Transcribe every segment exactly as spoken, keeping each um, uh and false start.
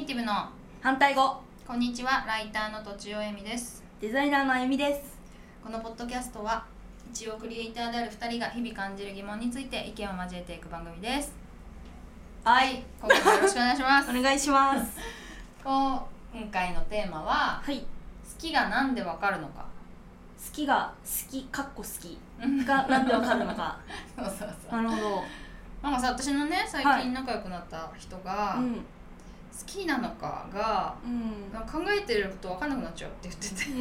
イティブの反対語。 こんにちは、ライターのとちおえみです。 デザイナーのあゆみです。 このポッドキャストは一応クリエイターであるふたりが日々感じる疑問について意見を交えていく番組です。 はい、 今回もよろしくお願いしますお願いします今回のテーマは、 はい、 好きがなんでわかるのか。 好きが好きかっこ好きがなんでわかるのかそうそうそう。 なるほど。 なんかさ、私のね、最近仲良くなった人が、 はい、うん、 好きなのかが、 うん、 考えてること分かんなくなっちゃうって言ってて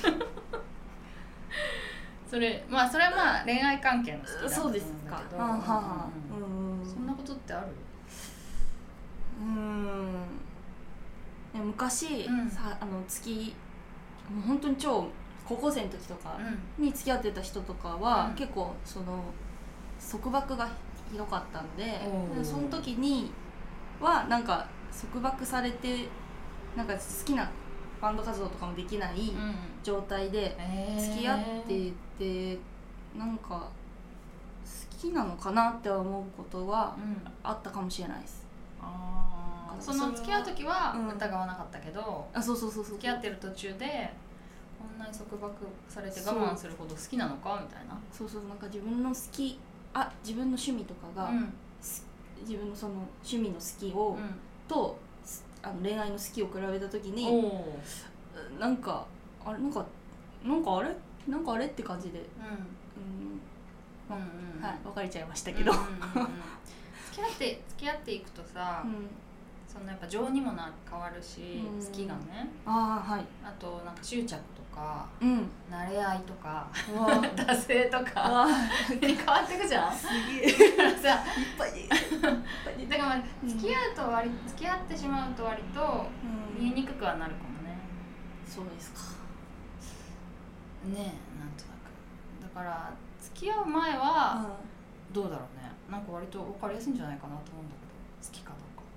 それまあそれはまあ恋愛関係の好きだと思うんだけど、 そうですか。ははは、 うん、そんなことってある？ うーん、昔、うん、さあの月もう本当に超高校生の時とかに付き合ってた人とかは、うん、結構その束縛がひどかったんで、うん、その時にはなんか束縛されてなんか好きなバンド活動とかもできない状態で付き合ってて、なんか好きなのかなって思うことはあったかもしれないです。 うん、あ、その付き合う時は疑わなかったけど、 うん、あ、そうそうそうそう、 付き合ってる途中でこんなに束縛されて我慢するほど好きなのかみたいな。 そうそう、なんか自分の好き、あ、自分の趣味とかが、うん、自分のその趣味の好きを、うん、とあの恋愛の好きを比べた時になんかあれなんかなんかあれなんかあれって感じで、うんうんうんうん、はい、別れちゃいましたけど、うんうんうんうん、付き合って付き合っていくとさ、うん、そのやっぱ情にもな変わるし、うん、好きがね、 あ、はい、 あとなんか執着とか、 うん、 慣れ合いとか惰性とかに変わってくじゃん。 すげえさいっぱいだからまあ付き合うと割、うん、付き合ってしまうと割と見えにくくはなるかもね。 そうですかねえ、なんとなくだから付き合う前はどうだろうね、なんか割と分かりやすいんじゃないかなと思うんだけど、好きかどうかって。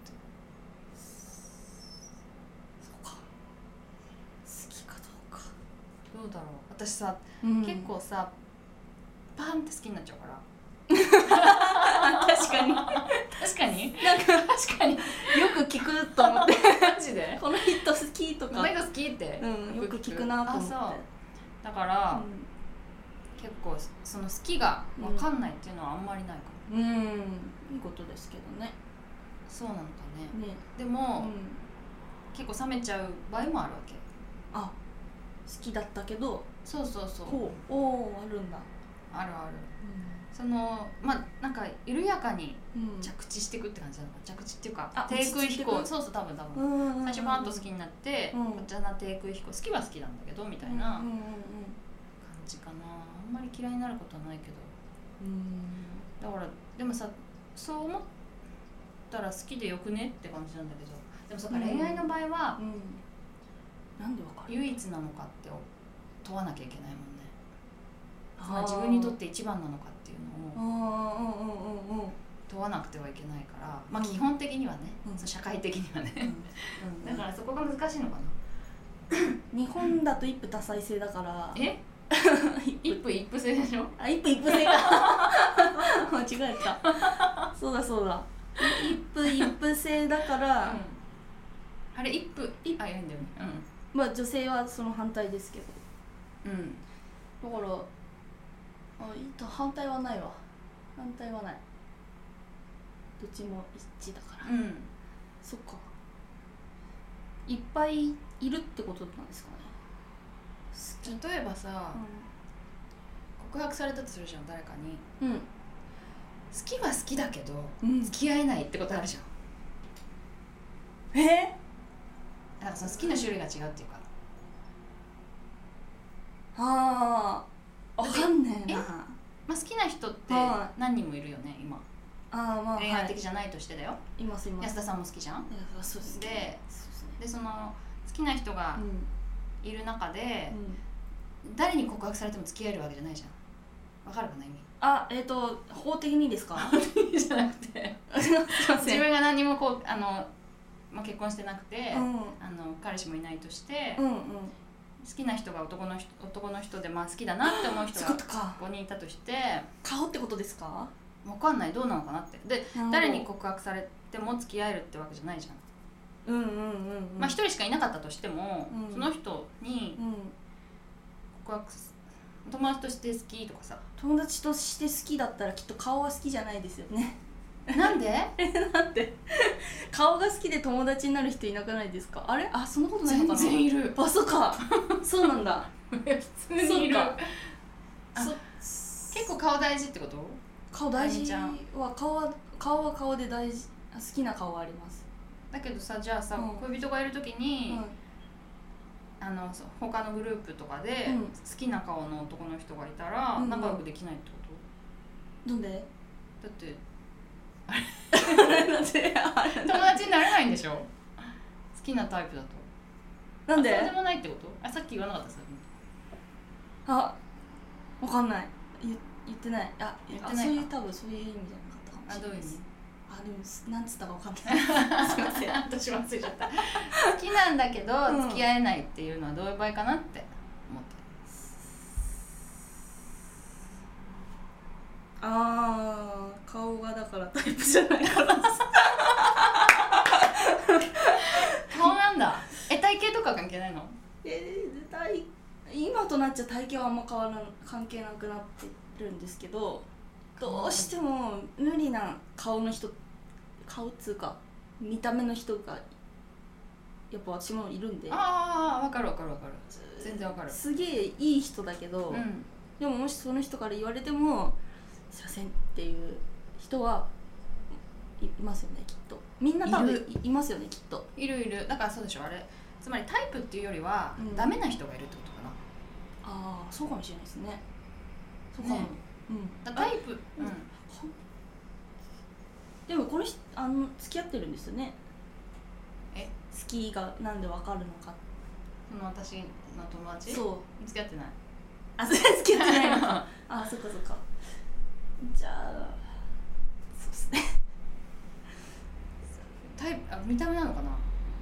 そうか、好きかどうかどうだろう。私さ、うん、結構さパンって好きになっちゃうから確かに確かになんか確かによく聞くと思ってマジでこの人好きとかこの人好きって、 うん、よく聞くなと思って。 あ、そうだから、うん、結構その好きが分かんないっていうのはあんまりないかも。 うん、うん、いいことですけどね。 そうなのかね。 ね、 でも、うん、結構冷めちゃう場合もあるわけ。 あ、好きだったけど、 そうそうそう、 おお、あるんだ。あるある、うん、そのまあなんか緩やかに着地していくって感じなのか、着地っていうか低空飛行。そうそう、多分多分最初パンと好きになって、うん、こっちは低空飛行、好きは好きなんだけどみたいな感じかな。あんまり嫌いになることはないけど、うん、だからでもさ、そう思ったら好きでよくねって感じなんだけど、でもそっか、うん、恋愛の場合は、うん、 なんでわかる？ 唯一なのかって問わなきゃいけないもんね。自分にとって一番なのかっていうのを問わなくてはいけないから、まあ基本的にはね、うん、社会的にはね、うんうん、だからそこが難しいのかな。 日本だと一夫多妻制だから。 え一夫一夫制でしょ。 あ、一夫一夫制か間違えたそうだそうだ、一夫一夫制だから、うん、 あれ一夫一夫、あ、いいんだよね、 うん、まあ女性はその反対ですけど、うん、だからあ、反対はないわ。反対はない。どっちも一致だから。うん。そっか。いっぱいいるってことなんですかね。 例えばさ、うん、告白されたとするじゃん、誰かに。うん。好きは好きだけど、うん、付き合えないってことあるじゃん。 え？ なんかその好きな種類が違うっていうか。 ああ。わかんねえな。 まあ、好きな人って何人もいるよね、今。 あ、まあ、 恋愛的じゃないとしてだよ。 いますいます。 安田さんも好きじゃん。 そうですね。で、でその好きな人がいる中で、うん、誰に告白されても付き合えるわけじゃないじゃん。わかるかな、意味。 あ、えっ、ー、と法的にですか？ 法的にじゃなくて自分が何もこうあの、まあ、結婚してなくて、うん、あの彼氏もいないとして。うんうん、好きな人が男の人、男の人で、まあ好きだなって思う人がごにんいたとして、 顔ってことですか？ 分かんない、どうなのかなって。で、誰に告白されても付き合えるってわけじゃないじゃん。 うんうんうんうん、 まあ一人しかいなかったとしても、うん、その人に告白す、友達として好きとかさ。 友達として好きだったらきっと顔は好きじゃないですよね。 なんでなんで顔が好きで友達になる人いなくないですか？あれ、あ、そんなことないのかな。 全然いる。 あ、そうかそうなんだ普通にいる。そ結構顔大事ってこと？ 顔大事は顔は顔は顔で大事、好きな顔はあります。 だけどさ、じゃあさ、うん、恋人がいるときに、うん、あの他のグループとかで、うん、好きな顔の男の人がいたら、うん、仲良くできないってこと？ なんで？ だってあれ友達になれないんでしょ？好きなタイプだと。 なんで？ そうでもないってこと？あ、さっき言わなかったさ。 あ、わかんない。言, 言ってない。あ、言ってないか。そういう多分そういう意味じゃなかったかもしれない。あ、どういう意味？あ、でもなんつったかわかんない。すいません。 私忘れちゃった。好きなんだけど、うん、付き合えないっていうのはどういう場合かなって思って。 あー、顔がだからタイプじゃないからです。 顔なんだ。え、体型とか関係ないの？ えー、体今となっちゃ体型はあんま変わらん関係なくなってるんですけど、どうしても無理な顔の人、顔っつうか見た目の人がやっぱ私もいるんで。 ああ、分かる分かる分かる。全然分かる。 すげえいい人だけど、うん、でももしその人から言われてもすいませんっていう人はいますよね、きっと。みんな多分 い, いますよね、きっと。 いるいる。だからそうでしょ、あれ。つまりタイプっていうよりは、うん、ダメな人がいるってことかな。 ああ、そうかもしれないですね。そうかも、ね、うん、 だタイプ、うん、 でもこの人あの付き合ってるんですよね。え、好きがなんでわかるのか。 その私の友達？ そう付き合ってない。 あ、それ付き合ってないのか。あ、そっかそっか。じゃあそうっすね。 タイプ、あ、見た目なのかな。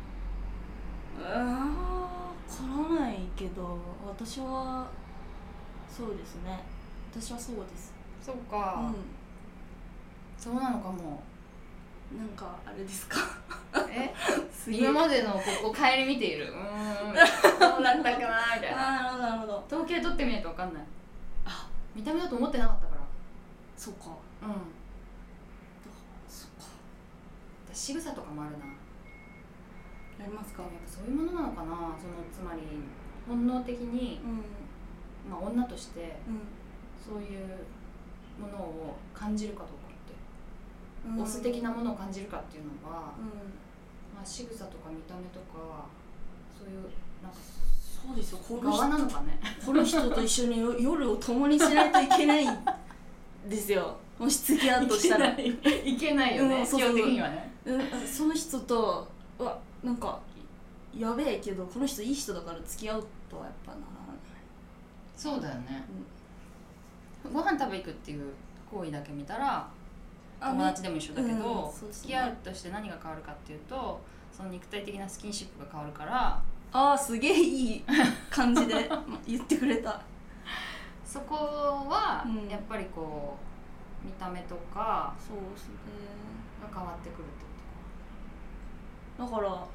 あー、わからないけど私はそうですね。私はそうです。 そうか、うん、そうなのかも。 なんかあれですか。 え今までのここ帰り見ている。うーん、どうだったかなみたいな。 あ、なるほどなるほど。 統計取ってみないと分かんない。あ、見た目だと思ってなかったから。 そうか。 うん。そうか。仕草とかもあるな。 ありますか。 やっぱそういうものなのかな。そのつまり本能的に、うん、まあ女として、うん、そういうものを感じるかどうかって、うん、オス的なものを感じるかっていうのは、うん、まあ仕草とか見た目とかそういうなんかそうですよ。 この側なのかね。 この人と一緒に夜を共にしないといけないんですよ。もし付き合うとしたらいけないよね。うん、そうそう、基本的にはね。 うん、その人とうわなんかやべえけどこの人いい人だから付き合うとはやっぱならない。 そうだよね、うん、ご飯食べ行くっていう行為だけ見たら友達でも一緒だけど、うん、付き合うとして何が変わるかっていうとその肉体的なスキンシップが変わるから。 ああ、すげえいい感じで言ってくれた。 そこはやっぱりこう見た目とかそうですねが変わってくるってことか。だから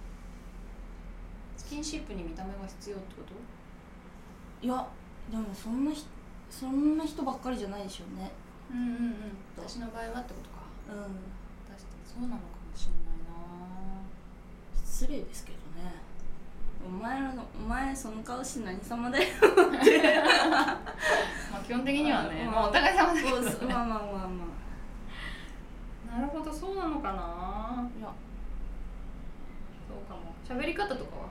スキンシップに見た目が必要ってこと？ いや、でもそんなひそんな人ばっかりじゃないでしょうね。 うんうんうん。私の場合はってことか。うん。確かにそうなのかもしれないな。 失礼ですけどね。お前らのお前その顔して何様だよって。 まあ基本的にはね、まあお互い様だけどね。 まあまあまあまあ。なるほど、そうなのかな。いや、そうかも。喋り方とかは？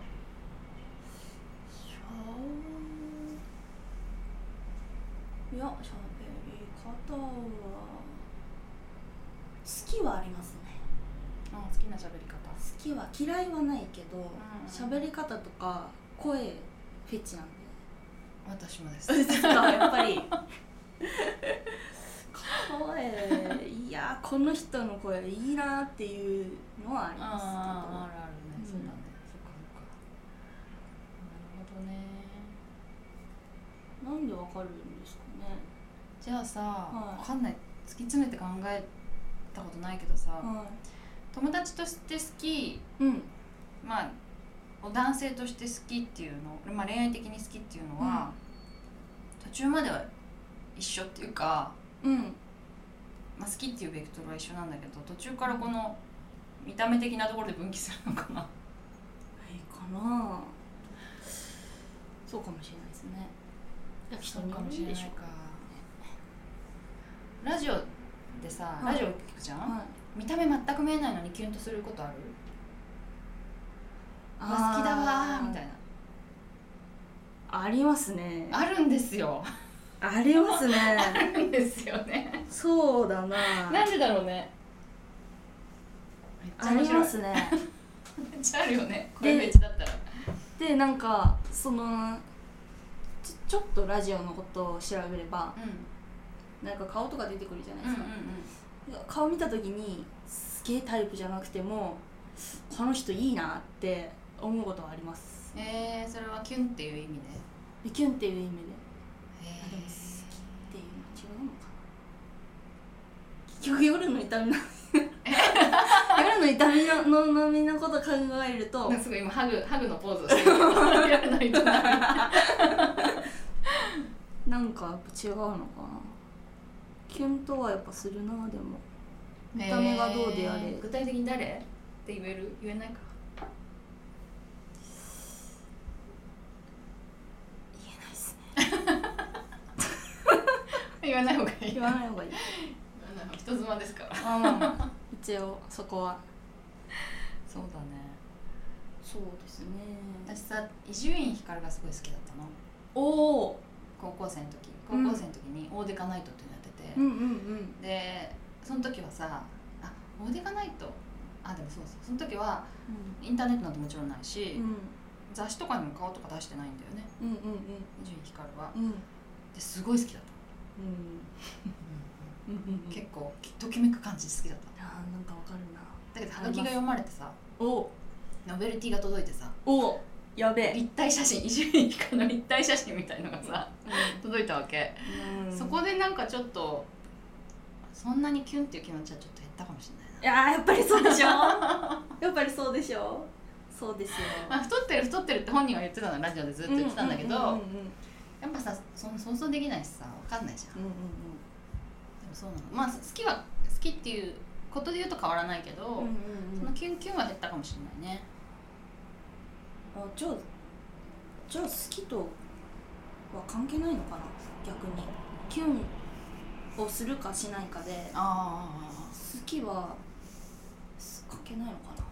いや、喋り方は好きはありますね。 あ、好きな喋り方。 好きは嫌いはないけど、喋、うん、り方とか声フェチなんで。 私もです。 ですか、やっぱり。声いやこの人の声いいなっていうのはありますけど。 ああ、あるあるね、うん、そうだね。そっかそっか。なるほどね。 なんでわかるんですかね。 じゃあさ、はい、わかんない、突き詰めて考えたことないけどさ、はい、 友達として好き、 うん、 まあ男性として好きっていうの、まあ、恋愛的に好きっていうのは、うん、途中までは一緒っていうか、 うんまあ、好きっていうベクトルは一緒なんだけど、途中からこの見た目的なところで分岐するのかな。 いいかな。そうかもしれないですね。 人によるでしょうか。ラジオでさ、ラジオ聞くじゃん、はい、見た目全く見えないのにキュンとすることある？あ、好きだわみたいな。ありますね。 あるんですよ。 ありますね。 あるんですよね。 そうだな。 なんでだろうね。 めっちゃありますね。 めっちゃあるよね。これめっちゃだったら。 で、なんかそのちょ、ちょっとラジオのことを調べれば、うん、なんか顔とか出てくるじゃないですか。うんうんうん、顔見た時にすげえタイプじゃなくてもこの人いいなって思うことはあります。 えー、それはキュンっていう意味で？キュンっていう意味で。 えー、 でも好きっていうの違うのかな。結局夜の痛みの夜の痛みののみのこと考えると、 すごい今ハグハグのポーズをしてる夜の痛みなんかやっぱ違うのかな。キュンとはやっぱするな。でも見た目がどうであれ、えー、具体的に誰って言える？言えないか。 言えないですね。 言わない方がいい。 言わない方がいい。 人妻ですから。 あ、まあまあ、一応そこは。 そうだね。 そうですね。 私さ、伊集院光がすごい好きだったの。 おお。 高校生の時、高校生の時にオーデカナイトっていうのやってて、 うんうんうん、 でその時はさ、あ、オーデカナイト、あ、でもそうそう、その時は、うん、インターネットなんてもちろんないし、うん、雑誌とかにも顔とか出してないんだよね。 うんうんうん。 伊集院光は、 うん、 ですごい好きだった。うん、結構ときめく感じ好きだった。 あ、なんかわかるな。 だけどハガキが読まれてさ、 お、 ノベルティが届いてさ、 お、やべえ、 立体写真、伊集院光の立体写真みたいのがさ、うん、届いたわけ、うん、そこでなんかちょっとそんなにキュンっていう気持ちはちょっと減ったかもしれないな。 いやー、やっぱりそうでしょやっぱりそうでしょ。そうですよ、 まあ、太ってる太ってるって本人は言ってたの、ラジオでずっと言ってたんだけど、やっぱさ、その想像できないしさ、分かんないじゃん、うんうんうん、でもそうなの。まあ好きは好きっていうことで言うと変わらないけど、うんうんうん、そのキュンキュンは減ったかもしれないね。 あ、じゃあじゃあ好きとは関係ないのかな。逆にキュンをするかしないかで、あ、好きは関係ないのかな。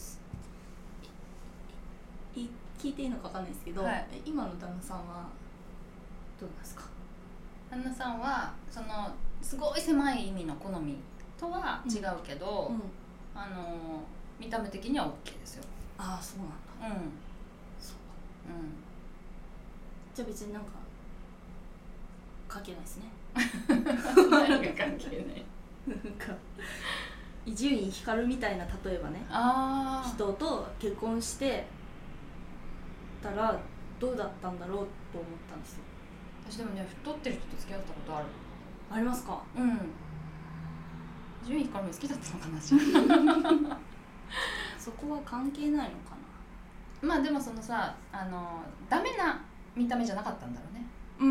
い聞いていいのか分かんないですけど、はい、今の旦那さんはどうなんですか。 旦那さんはそのすごい狭い意味の好みとは違うけど、うんうん、あの見た目的には OK ですよ。 ああ、そうなんだ。うん、そうか、うん、じゃあ別になんか関係ないですね。 何が関係ないなんか伊集院光みたいな、例えばね、あ、人と結婚してたらどうだったんだろうと思ったんですよ。 私でもね、太ってる人と付き合ったことある。 ありますか。 うん。伊集院光も好きだったのかな。 そこは関係ないのかな。まあでもそのさ、あのダメな見た目じゃなかったんだろうね。 うん。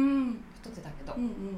太ってたけど。 うんうんうんうんうん。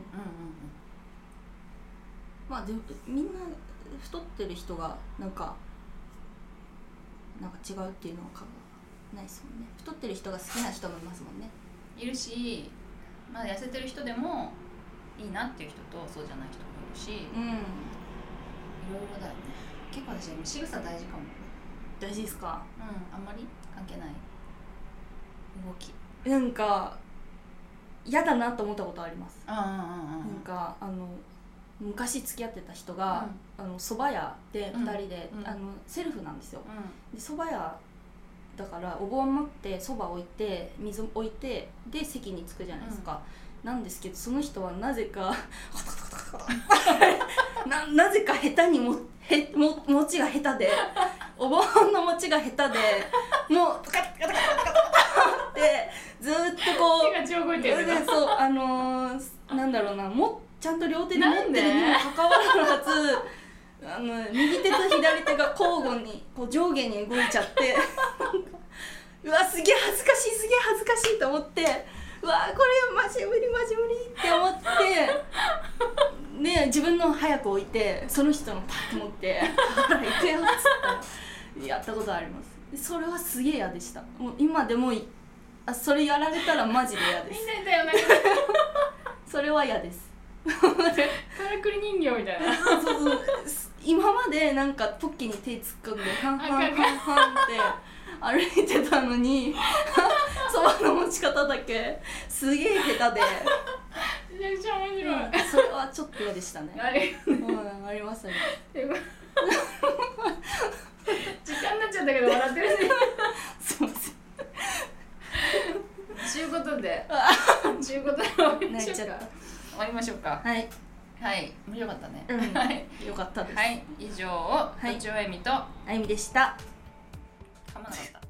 まあでもみんな太ってる人がなんかなんか違うっていうのはかないですもんね。太ってる人が好きな人もいますもんね。 いるし、まあ痩せてる人でもいいなっていう人とそうじゃない人もいるし、うん、いろいろだよね。結構私仕草大事かも。 大事ですか。 うん、あんまり関係ない動き。 なんか嫌だなと思ったことあります。 うんうんうんうん、 なんかあの昔付き合ってた人が、うん、あの蕎麦屋でふたりで、うん、あのセルフなんですよ。うん、で蕎麦屋だからお盆持って蕎麦置いて水置いてで席に着くじゃないですか。うん、なんですけどその人はなぜかな, なぜか下手にもへも餅が下手でお盆の餅が下手でもうカタカタカタカタってずっとこう手が動いてるけどそうあのー、なんだろうなもちゃんと両手で持ってるにもかかわらずあの右手と左手が交互にこう上下に動いちゃってうわすげえ恥ずかしいすげえ恥ずかしいと思ってうわこれマジ無理マジ無理って思ってね自分の早く置いてその人のパッと持ってほら行くよっつってやったことあります。それはすげえ嫌でした。もう今でもあそれやられたらマジで嫌です。 みんなだよねそれは嫌ですからくり人形みたいなそうそうそう今までなんかポッケに手突っ込んでハンハンハンハンって歩いてたのにそばの持ち方だけすげえ下手でめちゃくちゃ面白い、 うん、それはちょっと嫌でしたね。 あれ、 うん、ありますね時間になっちゃったけど笑ってるしすいませんちゅうことでちゅうことで終わりましょうか終わりましょうか。 はいはい面白かったね、 うん、 はいよかったです。 はい以上をとちおえみとあゆみでした。 噛まなかった